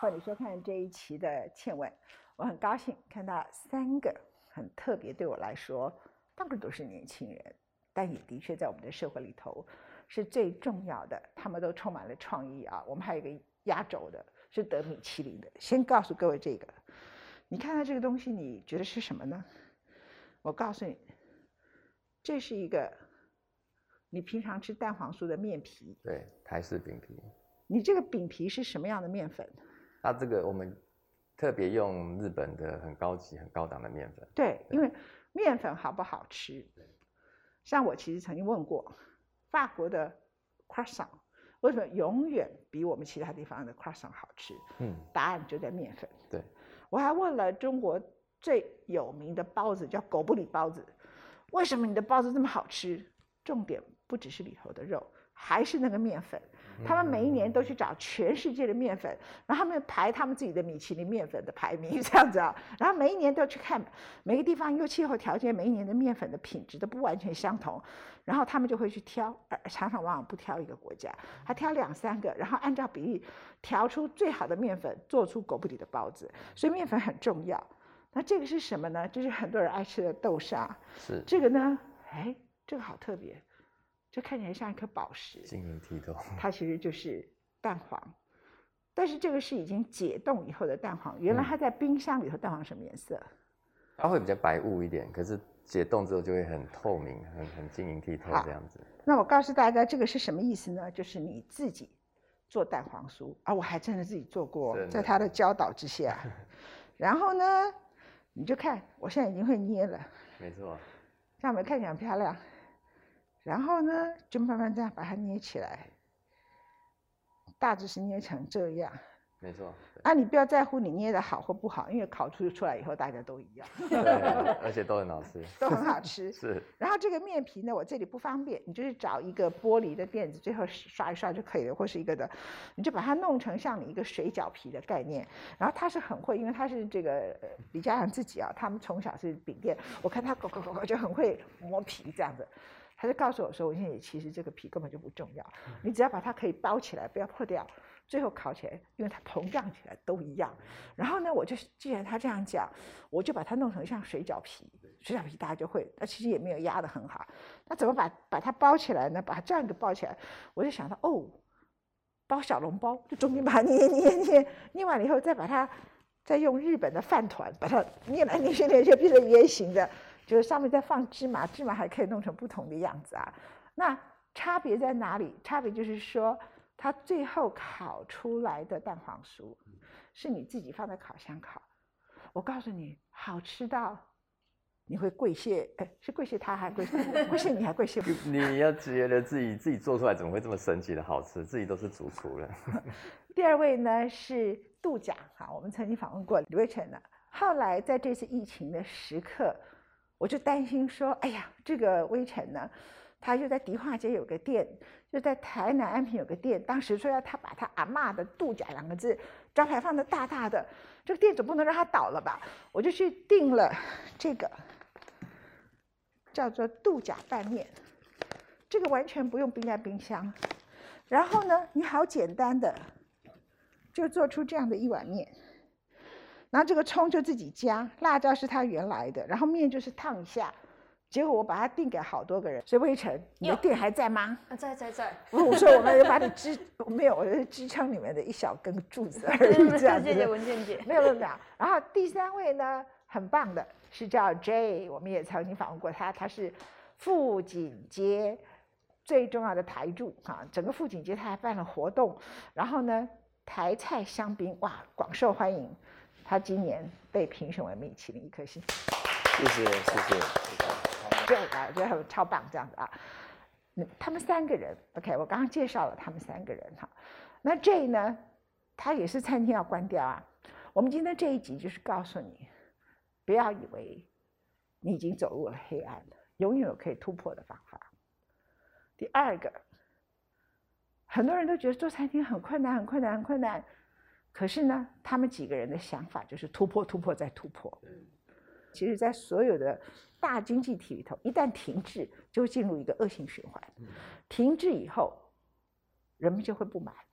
欢迎收看这一期的《倩问》。我很高兴看到3个很特别，对我来说，当然都是年轻人，但也的确在我们的社会里头是最重要的。他们都充满了创意啊！我们还有一个压轴的，是得米其林的。先告诉各位这个，你看到这个东西，你觉得是什么呢？我告诉你，这是一个你平常吃蛋黄酥的面皮。 对，台式饼皮。 你这个饼皮是什么样的面粉？ 它这个我们特别用日本的很高级、很高档的面粉。 对，因为面粉好不好吃？像我其实曾经问过，法国的 croissant 为什么永远比我们其他地方的 croissant 好吃？答案就在面粉。 对， 我还问了中国最有名的包子，叫狗不理包子，为什么你的包子这么好吃？重点不只是里头的肉，还是那个面粉。他们每一年都去找全世界的面粉，然后他们排他们自己的米其林面粉的排名，这样子啊。然后每一年都去看每个地方，因为气候条件，每一年的面粉的品质都不完全相同，然后他们就会去挑，常常往往不挑一个国家，他挑2、3个，然后按照比例调出最好的面粉，做出狗不理的包子。所以面粉很重要。那这个是什么呢？就是很多人爱吃的豆沙。 是这个呢，哎，这个好特别。这看起来像一颗宝石， 晶莹剔透。 它其实就是蛋黄，但是这个是已经解冻以后的蛋黄。原来它在冰箱里头，蛋黄什么颜色？ 它会比较白雾一点，可是解冻之后就会很透明、很晶莹剔透这样子。 那我告诉大家，这个是什么意思呢？就是你自己做蛋黄酥啊，我还真的自己做过，在他的教导之下。然后呢，你就看，我现在已经会捏了， 没错， 这样我们看起来很漂亮。然后呢，就慢慢这样把它捏起来，大致是捏成这样。 没错。 啊，你不要在乎你捏的好或不好，因为烤出来以后大家都一样。 对，而且都很好吃。 都很好吃。 是。然后这个面皮呢，我这里不方便，你就是找一个玻璃的垫子，最后刷一刷就可以了，或是一个的，你就把它弄成像你一个水饺皮的概念。然后他是很会，因为他是这个李嘉良自己啊，他们从小是饼店，我看他就很会磨皮这样子。他就告诉我说：“我现在其实这个皮根本就不重要，你只要把它可以包起来，不要破掉，最后烤起来，因为它膨胀起来都一样。然后呢，我就既然他这样讲，我就把它弄成像水饺皮，水饺皮大家就会，那其实也没有压得很好。那怎么把它包起来呢？把它这样一个包起来，我就想到哦，包小笼包，就中间把它捏完了以后，再用日本的饭团把它捏来捏去，就变成圆形的。”就是上面再放芝麻，芝麻还可以弄成不同的样子啊。那差别在哪里？差别就是说，它最后烤出来的蛋黄酥是你自己放在烤箱烤。我告诉你，好吃到你会跪谢，是跪谢他还跪谢你还跪谢我？ 你要觉得自己做出来怎么会这么神奇的好吃？自己都是主厨了。 第2位呢是杜假，好，我们曾经访问过李威成的。后来在这次疫情的时刻，我就担心说，哎呀，这个威成呢，他就在迪化街有个店，就在台南安平有个店。当时说要他把他阿嬷的杜假2个字招牌放得大大的，这个店总不能让他倒了吧？我就去订了这个叫做杜假拌面，这个完全不用冰在冰箱。然后呢，你好简单的就做出这样的一碗面。然后这个葱就自己加，辣椒是他原来的，然后面就是烫一下。结果我把它订给好多个人。所以魏晨，你的店还在吗？ 在。 我说我们把你没有，我是支撑你们的一小根柱子而已，这样子。 谢谢文倩姐。 没有。然后第3位呢，很棒的是叫 J， 我们也曾经访问过他，他是富锦街最重要的台柱啊，整个富锦街他还办了活动，然后呢，台菜香槟哇广受欢迎。他今年被评选为米其林1颗星。 谢谢。 对，我觉得很超棒这样子啊。他们3个人 ，OK， 我刚刚介绍了他们3个人哈。那 J 呢，他也是餐厅要关掉啊。我们今天这一集就是告诉你，不要以为你已经走入了黑暗了，永远有可以突破的方法。第2个，很多人都觉得做餐厅很困难。可是呢，他们几个人的想法就是突破再突破。其实在所有的大经济体里头，一旦停滞就会进入一个恶性循环。停滞以后人们就会不满，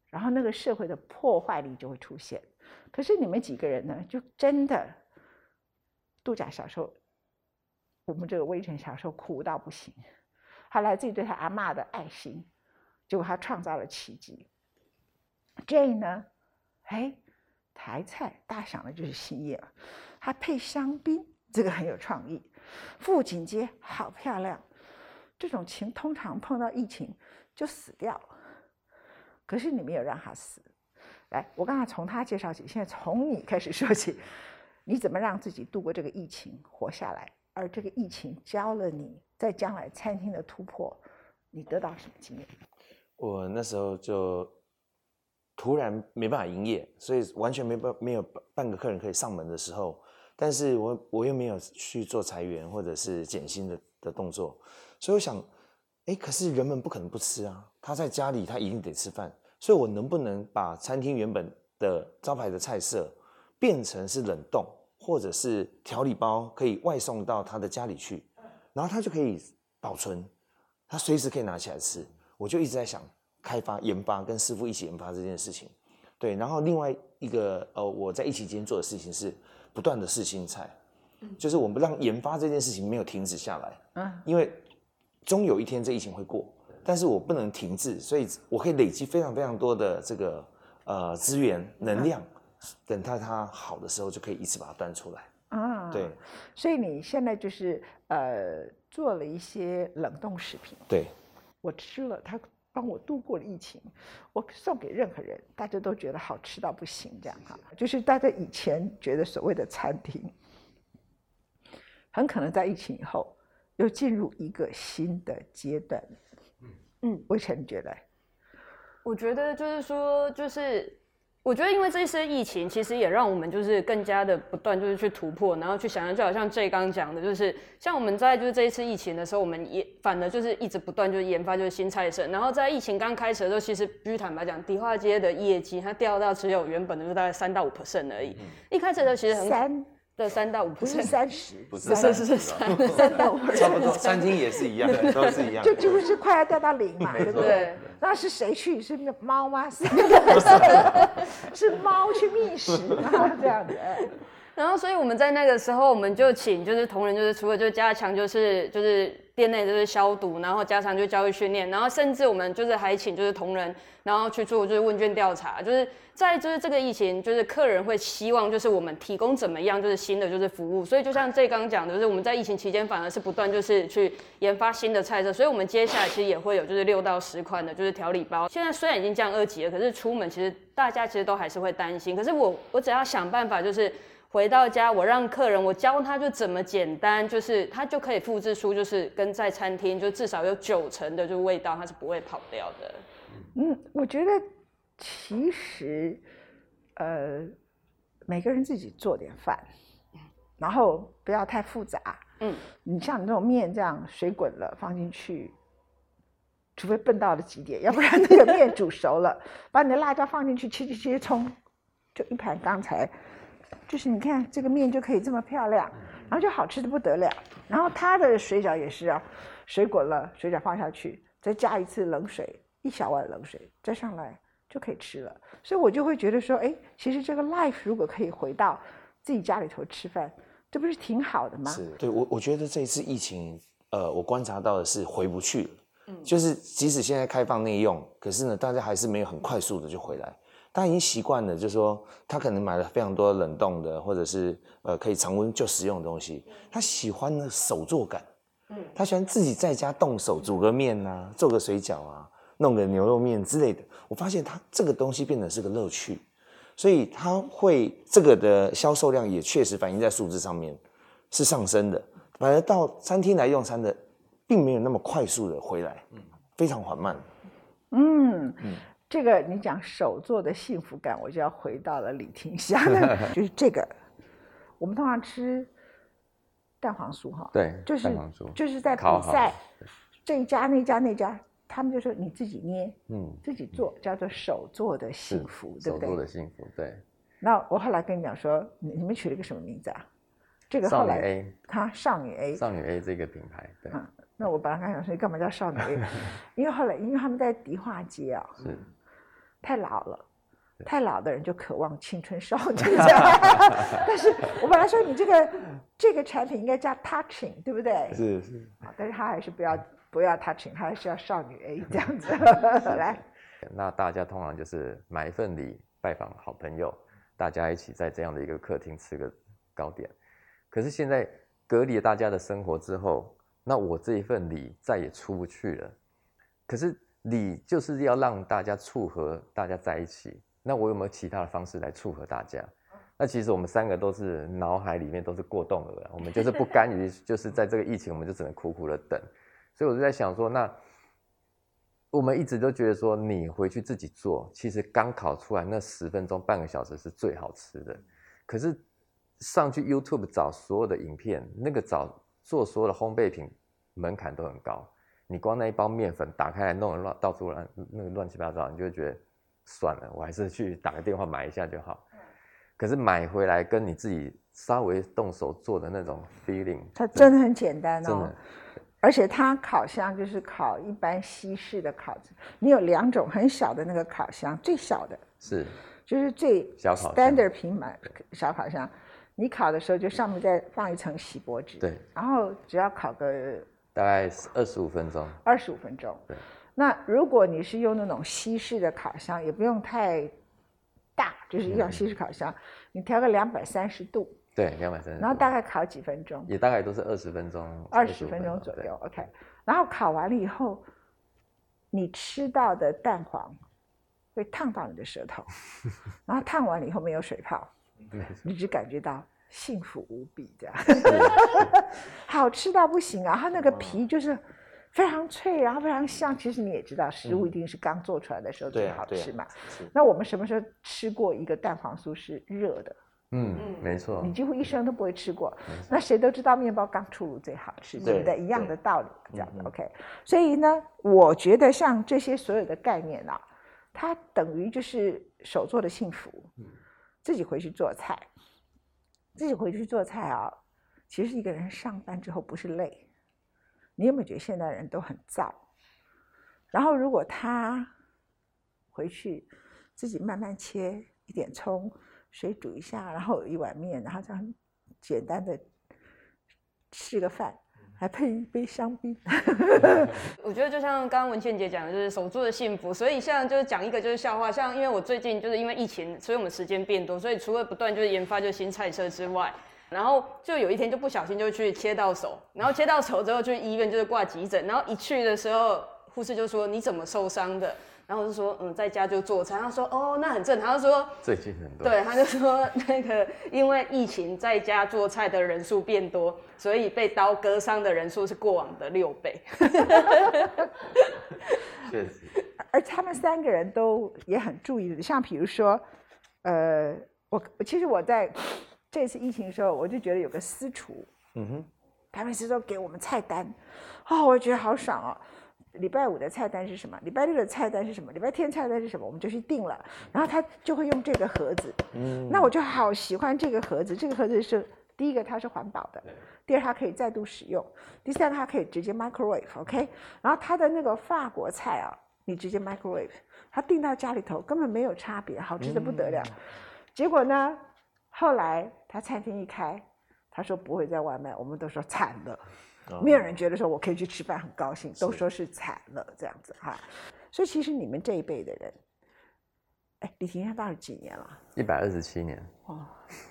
然后那个社会的破坏力就会出现。可是你们几个人呢，就真的度假小时候，我们这个微臣小时候苦到不行，他来自于对他阿嬷的爱心，结果他创造了奇迹。Jay 呢，台菜大家想的就是兴业，它配香槟，这个很有创意。富锦街好漂亮，这种情通常碰到疫情就死掉了，可是你没有让他死。来，我刚才从他介绍起，现在从你开始说起，你怎么让自己度过这个疫情活下来？而这个疫情教了你在将来餐厅的突破，你得到什么经验？ 我那时候就突然没办法营业，所以完全没有半个客人可以上门的时候，但是我又没有去做裁员或者是减薪的动作，所以我想，可是人们不可能不吃啊，他在家里他一定得吃饭，所以我能不能把餐厅原本的招牌的菜色变成是冷冻，或者是调理包可以外送到他的家里去，然后他就可以保存，他随时可以拿起来吃。我就一直在想开发、研发，跟师傅一起研发这件事情。对，然后另外一个我在疫情期间做的事情是不断的试新菜，就是我们让研发这件事情没有停止下来。因为终有一天这疫情会过，但是我不能停滞，所以我可以累积非常非常多的这个资源能量，等到它好的时候就可以一次把它端出来。对， 所以你现在就是做了一些冷冻食品。 对， 我吃了，它帮我度过了疫情，我送给任何人，大家都觉得好吃到不行，这样哈。就是大家以前觉得所谓的餐厅，很可能在疫情以后又进入一个新的阶段。魏晨觉得？ 我觉得就是说，我觉得因为这次疫情，其实也让我们就是更加的不断就是去突破，然后去想象，就好像 Jay 刚刚讲的，就是像我们在就是这一次疫情的时候，我们也反而就是一直不断就是研发就是新菜色，然后在疫情刚开始的时候，其实必须坦白讲，迪化街的业绩它掉到只有原本的就大概3到5% 而已。一开始的时候其实很3到5%， 不是30， 不是 3到5%， 差不多，餐厅也是一样的，都是一样的， 就是快要掉到0嘛，对不对？那是谁去？是猫吗？是猫去觅食吗？这样子。 然后，所以我们在那个时候，我们就请就是同仁，就是除了就加强就是店内就是消毒，然后加强就教育训练，然后甚至我们就是还请就是同仁，然后去做就是问卷调查，就是在就是这个疫情，就是客人会希望就是我们提供怎么样就是新的就是服务，所以就像这刚刚讲的，就是我们在疫情期间反而是不断就是去研发新的菜色，所以我们接下来其实也会有就是6到10款的就是调理包。现在虽然已经降2级了，可是出门其实大家其实都还是会担心，可是我只要想办法就是回到家，我让客人，我教他就怎么简单，就是他就可以复制出，就是跟在餐厅就至少有90%的就味道，它是不会跑掉的。 我觉得其实每个人自己做点饭，然后不要太复杂。你像你那种面这样水滚了放进去，除非笨到了极点，要不然那个面煮熟了，把你的辣椒放进去，切葱，就一盘刚才。就是你看这个面就可以这么漂亮，然后就好吃的不得了。然后它的水饺也是啊，水滚了，水饺放下去，再加一次冷水，1小碗冷水，再上来就可以吃了。所以我就会觉得说，其实这个 life 如果可以回到自己家里头吃饭，这不是挺好的吗？ 是，对，我觉得这一次疫情，我观察到的是回不去了。就是即使现在开放内用，可是呢，大家还是没有很快速的就回来。他已经习惯了，就是说他可能买了非常多冷冻的，或者是可以常温就食用的东西。他喜欢的手作感，他喜欢自己在家动手煮个面啊，做个水饺啊，弄个牛肉面之类的。我发现他这个东西变成是个乐趣，所以他会这个的销售量也确实反映在数字上面是上升的。反而到餐厅来用餐的，并没有那么快速的回来，非常缓慢。 这个你讲手做的幸福感，我就要回到了李廷香的，就是这个，我们通常吃蛋黄酥哈， 对， 就是在比赛，这一家那家，他们就说你自己捏，自己做，叫做手做的幸福，对不对？ 手做的幸福，对。 那我后来跟你讲说，你们取了一个什么名字啊？这个后来少女 A， 少女 A 这个品牌，对。 那我本来刚想说，你干嘛叫少女 A？ 因为他们在迪化街啊。 太老了。太老的人就渴望青春少女，但是我本来说你这个产品应该叫 touching， 对不对？ 是， 但是他还是不要 touching， 他还是要少女 A 这样子。来， 那大家通常就是买一份礼，拜访好朋友，大家一起在这样的一个客厅吃个糕点。可是现在隔离了大家的生活之后，那我这一份礼再也出不去了。可是礼就是要让大家撮合大家在一起。那我有没有其他的方式来撮合大家？那其实我们3个都是脑海里面都是过动儿，我们就是不甘于就是在这个疫情，我们就只能苦苦的等。所以我就在想说，那我们一直都觉得说，你回去自己做，其实刚烤出来那10分钟、半个小时是最好吃的。可是上去 YouTube 找所有的影片，那个做所有的烘焙品门槛都很高。你光那一包面粉打开来弄得到处那个乱七八糟，你就会觉得。算了，我还是去打个电话买一下就好。可是买回来跟你自己稍微动手做的那种 feeling， 它真的很简单哦。 真的， 而且它烤箱就是烤一般西式的烤子，你有2种很小的那个烤箱，最小的是就是最小烤箱 standard 平板小烤箱，你烤的时候就上面再放一层锡箔纸， 对， 然后只要烤个大概25分钟。 25分钟， 对。 那如果你是用那种西式的烤箱，也不用太大，就是用西式烤箱，你调个230度， 对，230度， 然后大概烤几分钟？ 也大概都是20分钟 ，20分钟左右 ，OK。然后烤完了以后，你吃到的蛋黄会烫到你的舌头，然后烫完了以后没有水泡，你只感觉到幸福无比，这样，好吃到不行啊！它那个皮就是非常脆，然后非常香。其实你也知道，食物一定是刚做出来的时候最好吃嘛。那我们什么时候吃过一个蛋黄酥是热的？ 没错。 你几乎一生都不会吃过。那谁都知道面包刚出炉最好吃，对不对？一样的道理，这样的 OK。所以呢，我觉得像这些所有的概念啊，它等于就是手做的幸福。自己回去做菜，自己回去做菜啊，其实一个人上班之后不是累。你有没有觉得现代人都很燥？然后如果他回去自己慢慢切一点葱，水煮一下，然后有一碗面，然后这样简单的吃个饭，还配一杯香槟。 我觉得就像刚刚文倩姐讲的，就是手做的幸福。所以像就是讲一个就是笑话，像因为我最近就是因为疫情，所以我们时间变多，所以除了不断就是研发就新菜色之外。然后就有一天就不小心就去切到手，然后切到手之后去医院就是挂急诊，然后一去的时候护士就说你怎么受伤的？然后我就说在家就做菜。他说哦那很正常，他说最近很多， 对，他就说那个因为疫情在家做菜的人数变多，所以被刀割伤的人数是过往的6倍。 确实。 而他们3个人都也很注意的，像比如说，其实我在这次疫情的时候，我就觉得有个私厨，他每次都给我们菜单，我觉得好爽哦。礼拜5的菜单是什么？礼拜6的菜单是什么？礼拜天菜单是什么？我们就去定了，然后他就会用这个盒子，那我就好喜欢这个盒子。这个盒子是第一个它是环保的，第二它可以再度使用，第三它可以直接 microwave，OK，然后它的那个法国菜啊，你直接 microwave， 它订到家里头根本没有差别，好吃的不得了。结果呢？后来他餐厅一开，他说不会在外卖，我们都说惨了，没有人觉得说我可以去吃饭很高兴，都说是惨了这样子哈。所以其实你们这一辈的人，李廷香到底几年了 ？127年。 哦，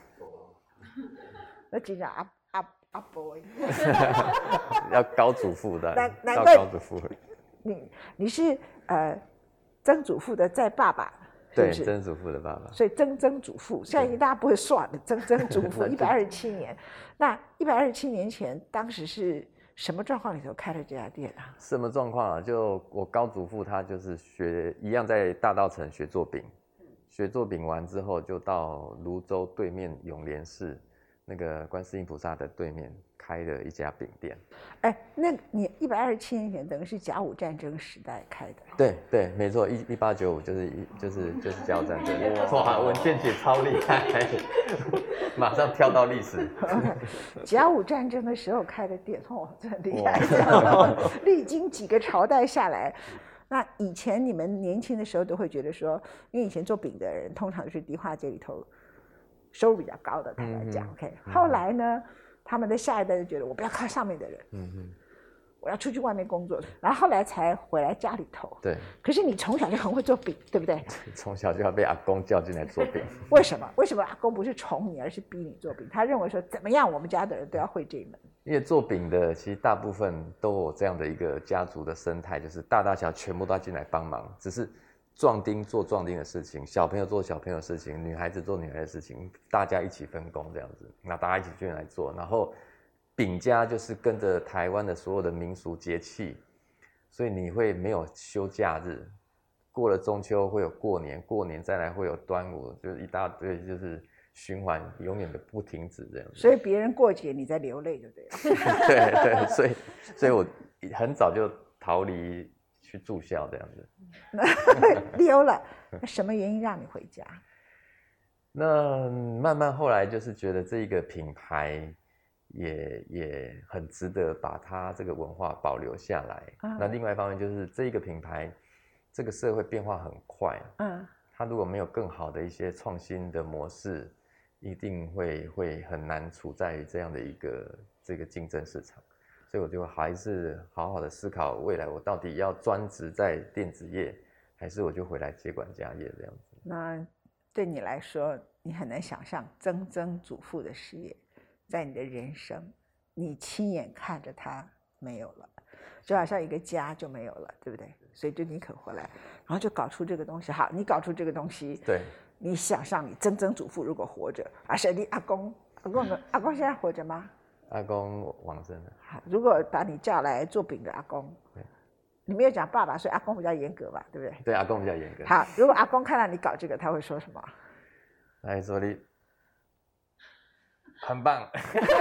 那经常阿伯， 要高祖父的， 难怪高祖父。 你是曾祖父的再爸爸。 对，曾祖父的爸爸， 所以曾祖父，现在大家不会算了，曾祖父127年。那127年前，当时是什么状况里头开了这家店啊？ 什么状况啊？就我高祖父他就是一样在大稻埕学做饼，学做饼完之后就到泸州对面永联寺那个观世音菩萨的对面开了一家饼店。 那你127年前等于是甲午战争时代开的？ 对，没错，1895就是甲午战争。哇，文倩姐超厉害，马上跳到历史。 甲午战争的时候开的店，真的厉害，历经几个朝代下来。 那以前你们年轻的时候都会觉得说，因为以前做饼的人通常就是迪化街里头收入比较高的，坦白讲，OK。后来呢，他们的下一代就觉得我不要靠上面的人，我要出去外面工作，然后后来才回来家里头。 对。 可是你从小就很会做饼，对不对？ 从小就要被阿公叫进来做饼。 为什么？为什么阿公不是宠你，而是逼你做饼？他认为说怎么样，我们家的人都要会这一门。 因为做饼的其实大部分都有这样的一个家族的生态，就是大大小全部都要进来帮忙，只是壮丁做壮丁的事情，小朋友做小朋友的事情，女孩子做女孩的事情，大家一起分工这样子，那大家一起进来做，然后饼家就是跟着台湾的所有的民俗节气，所以你会没有休假日，过了中秋会有过年，过年再来会有端午，就是一大堆就是循环，永远的不停止这样子。 所以别人过节你在流泪就对了。 对对，所以我很早就逃离去住校这样子。 溜了，那什么原因让你回家？ 那慢慢后来就是觉得这一个品牌也很值得把它这个文化保留下来。那另外一方面就是这一个品牌，这个社会变化很快，它如果没有更好的一些创新的模式，一定会很难处在于这样的一个这个竞争市场。所以我就还是好好的思考未来我到底要专职在电子业，还是我就回来接管家业这样子。 那对你来说，你很难想象曾曾祖父的事业在你的人生，你亲眼看着它没有了，就好像一个家就没有了，对不对？所以就你肯回来，然后就搞出这个东西。好，你搞出这个东西， 对， 你想象你曾曾祖父如果活着，而是你阿公现在活着吗？ 阿公往生了。 好，如果把你叫来做饼的阿公，你没有讲爸爸，所以阿公比较严格吧，对不对？ 对，阿公比较严格。 好，如果阿公看到你搞这个，他会说什么？ 他会说你很棒。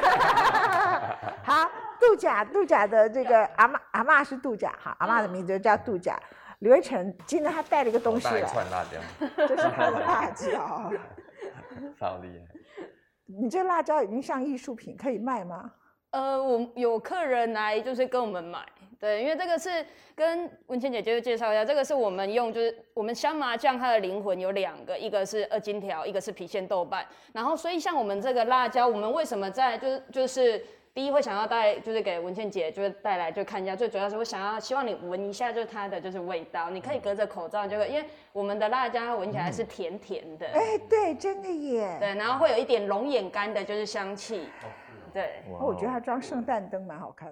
好，度假的这个阿嬷是度假哈，阿嬷的名字就叫度假。刘维成今天他带了一个东西来， 一串辣椒， 这是他的辣椒， 超厉害。 你这辣椒已经像艺术品，可以卖吗？ 我有客人来就是跟我们买，对，因为这个是跟文倩姐姐介绍一下，这个是我们用，就是我们香麻酱它的灵魂有2个，一个是2金条，一个是郫县豆瓣，然后所以像我们这个辣椒，我们为什么在就是第一会想要带，就是给文倩姐就是带来就看一下，最主要是我希望你闻一下就是它的就是味道，你可以隔着口罩就会，因为我们的辣椒闻起来是甜甜的， 哎，对，真的耶， 对，然后会有一点龙眼干的就是香气。对， 我觉得它装圣诞灯蛮好看的。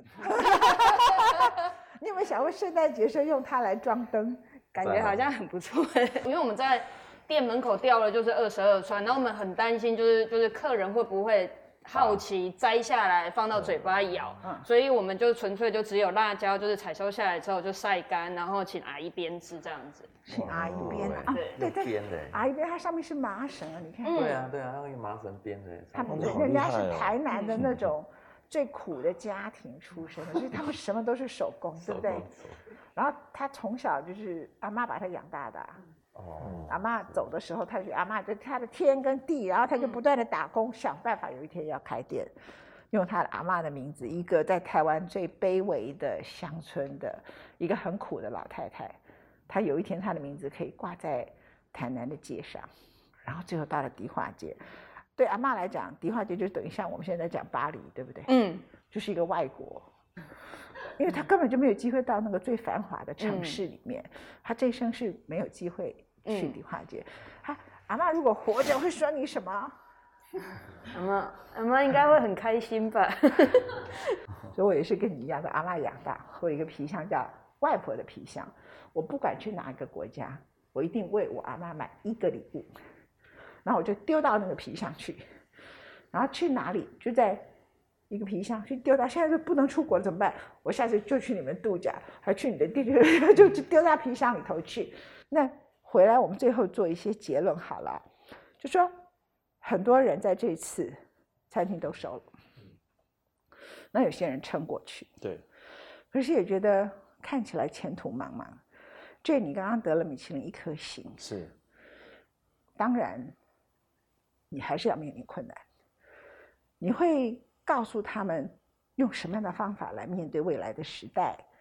你有没有想过圣诞节时候用它来装灯？ 感觉好像很不错。因为我们在店门口吊了就是22串，然后我们很担心就是客人会不会好奇摘下来放到嘴巴咬，所以我们就纯粹就只有辣椒，就是采收下来之后就晒干，然后请阿姨编织这样子。 请阿姨编的啊，对， 编的， 阿姨编它上面是麻绳啊，你看。 对啊，它用麻绳编的。 他们人家是台南的那种最苦的家庭出身的，所以他们什么都是手工，对不对？然后他从小就是阿嬷把他养大的。阿嬷走的时候，阿嬷就他的天跟地，然后他就不断的打工，想办法有一天要开店，用他的阿嬷的名字，一个在台湾最卑微的乡村的一个很苦的老太太，她有一天她的名字可以挂在台南的街上，然后最后到了迪化街。对阿嬷来讲，迪化街就等于像我们现在讲巴黎，对不对？就是一个外国。因为他根本就没有机会到那个最繁华的城市里面，他这一生是没有机会去迪化街。阿嬷如果活着会说你什么？ 阿嬷应该会很开心吧。 所以我也是跟你一样的阿嬷养大，我有一个皮箱叫外婆的皮箱，我不管去哪一个国家，我一定为我阿嬷买一个礼物，然后我就丢到那个皮箱去，然后去哪里就在一个皮箱去丢到，现在就不能出国了怎么办？我下次就去你们度假，还去你的地就丢到皮箱里头去。那回来我们最后做一些结论好了，就说很多人在这次餐厅都收了，那有些人撑过去， 对， 可是也觉得看起来前途茫茫。这你刚刚得了米其林1颗星， 是， 当然你还是要面临困难，你会告诉他们用什么样的方法来面对未来的时代，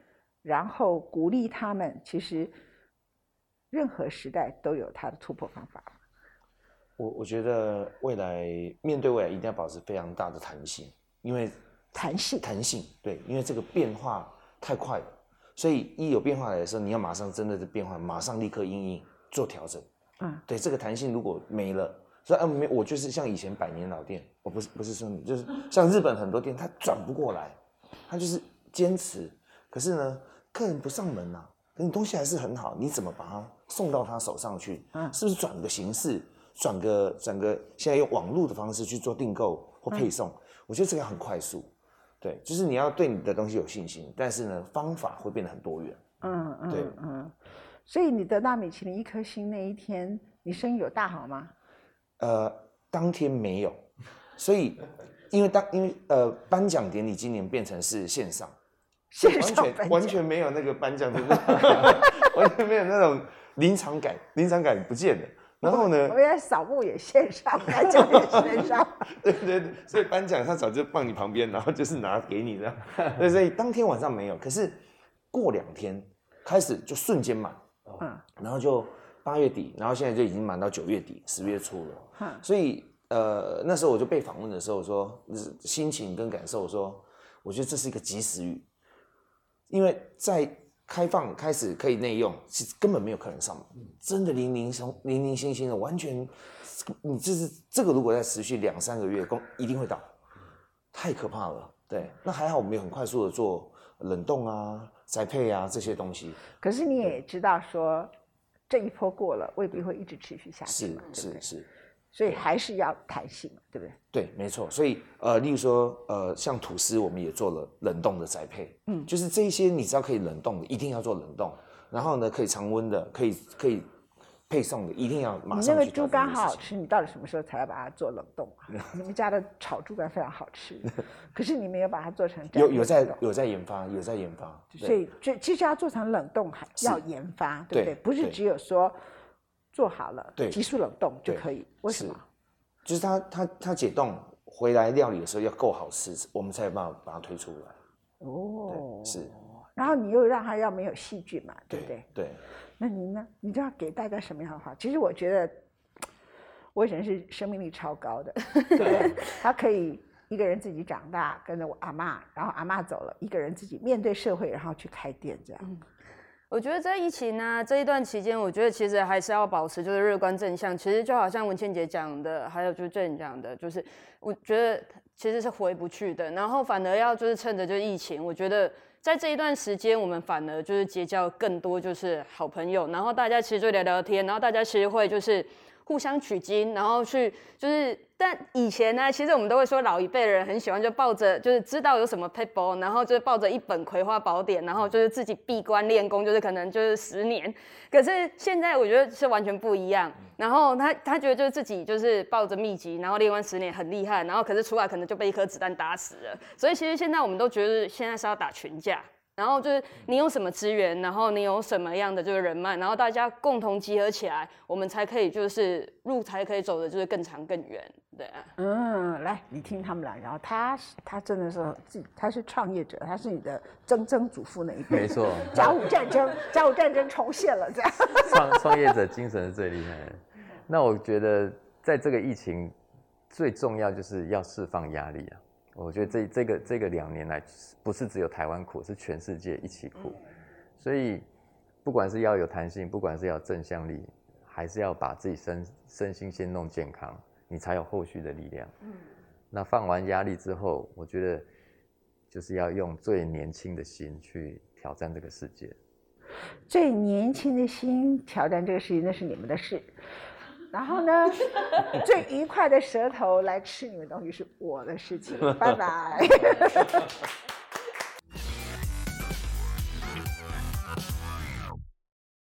然后鼓励他们，其实任何时代都有它的突破方法。 我觉得面对未来一定要保持非常大的弹性，因为弹性对，因为这个变化太快了，所以一有变化来的时候，你要马上真的是变化，马上立刻因应做调整。对，这个弹性如果没了，所以我就是像以前100年老店，我不是说你，就是像日本很多店，它转不过来，它就是坚持，可是呢，客人不上门啊，可你东西还是很好，你怎么把它送到他手上去？是不是转个形式，转个现在用网络的方式去做订购或配送？我觉得这个很快速。对，就是你要对你的东西有信心，但是呢，方法会变得很多元。对。 所以你得到米其林1颗星那一天，你生意有大好吗？ 当天没有，所以因为颁奖典礼今年变成是线上完全没有那个颁奖的完全没有那种临场感不见了。然后呢， 我原来扫墓也线上，颁奖也线上。 对，所以颁奖他早就放你旁边，然后就是拿给你这样。对，所以当天晚上没有，可是过2天开始就瞬间满。然后就8月底，然后现在就已经满到9月底10月初了。所以那时候我就被访问的时候说，心情跟感受说，我觉得这是一个及时雨，因为在开放开始可以内用，其实根本没有客人上门，真的零零星星的，完全你这个如果再持续2-3个月，一定会倒，太可怕了。对，那还好我们有很快速的做冷冻啊、宅配啊这些东西。 可是你也知道说，这一波过了，未必会一直持续下去嘛， 是， 所以还是要弹性，对不对？ 对，没错。所以例如说像吐司，我们也做了冷冻的宅配，就是这一些你只要可以冷冻的，一定要做冷冻。然后呢，可以常温的，可以配送的，一定要马上去。 你那个猪肝好好吃，你到底什么时候才要把它做冷冻啊？你们家的炒猪肝非常好吃，可是你没有把它做成有在研发， 所以其实要做成冷冻还要研发，对不对？不是只有说做好了，急速冷冻就可以。为什么？ 就是它解冻回来料理的时候要够好吃，我们才有办法把它推出来。是。 然后你又让它要没有细菌嘛，对不对？ 对。 那你呢？你就要给大家什么样的话？其实我觉得我以前是生命力超高的，对不对？他可以一个人自己长大，跟着我阿嬷，然后阿嬷走了，一个人自己面对社会，然后去开店这样。 我觉得在疫情呢这一段期间，我觉得其实还是要保持就是乐观正向。其实就好像文倩姐讲的，还有就是郑讲的，就是我觉得其实是回不去的。然后反而要就是趁着就是疫情，我觉得在这一段时间，我们反而就是结交更多就是好朋友，然后大家其实就聊聊天，然后大家其实会就是互相取经，然后去就是。但以前呢，其实我们都会说老一辈的人很喜欢就抱着就是知道有什么 paper， 然后就是抱着一本《葵花宝典》，然后就是自己闭关练功，就是可能就是10年。可是现在我觉得是完全不一样。然后他觉得就是自己就是抱着秘籍，然后练完10年很厉害，然后可是出来可能就被一颗子弹打死了。所以其实现在我们都觉得现在是要打群架。然后就是你有什么资源，然后你有什么样的这个人脉，然后大家共同集合起来，我们才可以就是路才可以走的就是更长更远，对啊。 来，你听他们俩，然后他真的是他是创业者，他是你的曾曾祖父那一辈， 没错。 甲午战争重现了这样。 创业者精神是最厉害的。那我觉得在这个疫情最重要就是要释放压力啊。我觉得这个2年来，不是只有台湾苦，是全世界一起苦。所以，不管是要有弹性，不管是要有正向力，还是要把自己身心先弄健康，你才有后续的力量。那放完压力之后，我觉得就是要用最年轻的心去挑战这个世界。 最年轻的心挑战这个事情，那是你们的事。然后呢，最愉快的舌头来吃你们东西是我的事情。拜拜。